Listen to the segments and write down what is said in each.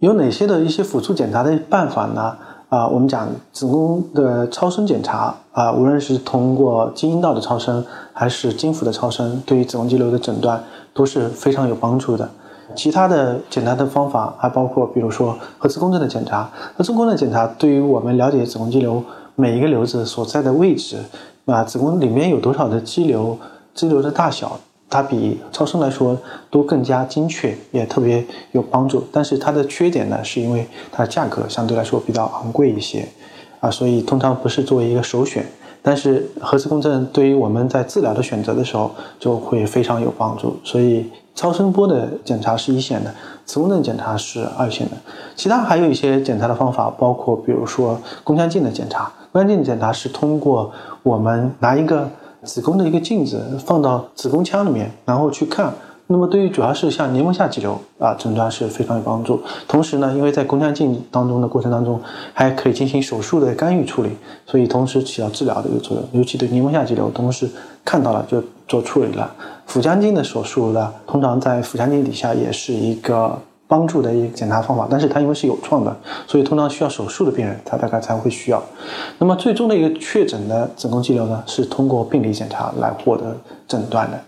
有哪些的一些辅助检查的办法呢？我们讲子宫的超声检查无论是通过基因道的超声还是经腹的超声，对于子宫肌瘤的诊断都是非常有帮助的。其他的检查的方法还包括比如说核磁共振的检查。核磁共振检查对于我们了解子宫肌瘤每一个瘤子所在的位置子宫里面有多少的肌瘤的大小，它比超声来说都更加精确，也特别有帮助。但是它的缺点呢，是因为它的价格相对来说比较昂贵一些所以通常不是作为一个首选。但是核磁共振对于我们在治疗的选择的时候就会非常有帮助，所以超声波的检查是一线的，磁共振检查是二线的。其他还有一些检查的方法，包括比如说宫腔镜的检查。宫腔镜的检查是通过我们拿一个子宫的一个镜子放到子宫腔里面，然后去看。那么对于主要是像黏膜下肌瘤诊断是非常有帮助。同时呢，因为在宫腔镜当中的过程当中还可以进行手术的干预处理，所以同时起到治疗的一个作用。尤其对黏膜下肌瘤，同时看到了就做处理了。腹腔镜的手术呢，通常在腹腔镜底下也是一个帮助的一个检查方法，但是它因为是有创的，所以通常需要手术的病人他大概才会需要。那么最终的一个确诊的子宫肌瘤呢，是通过病理检查来获得诊断的。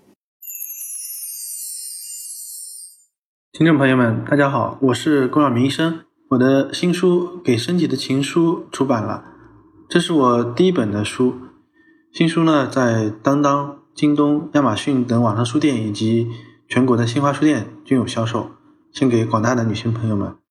听众朋友们大家好，我是龚晓明医生。我的新书《给升级的情书》出版了，这是我第一本的书。新书呢，在当当、京东、亚马逊等网上书店以及全国的新华书店均有销售，献给广大的女性朋友们。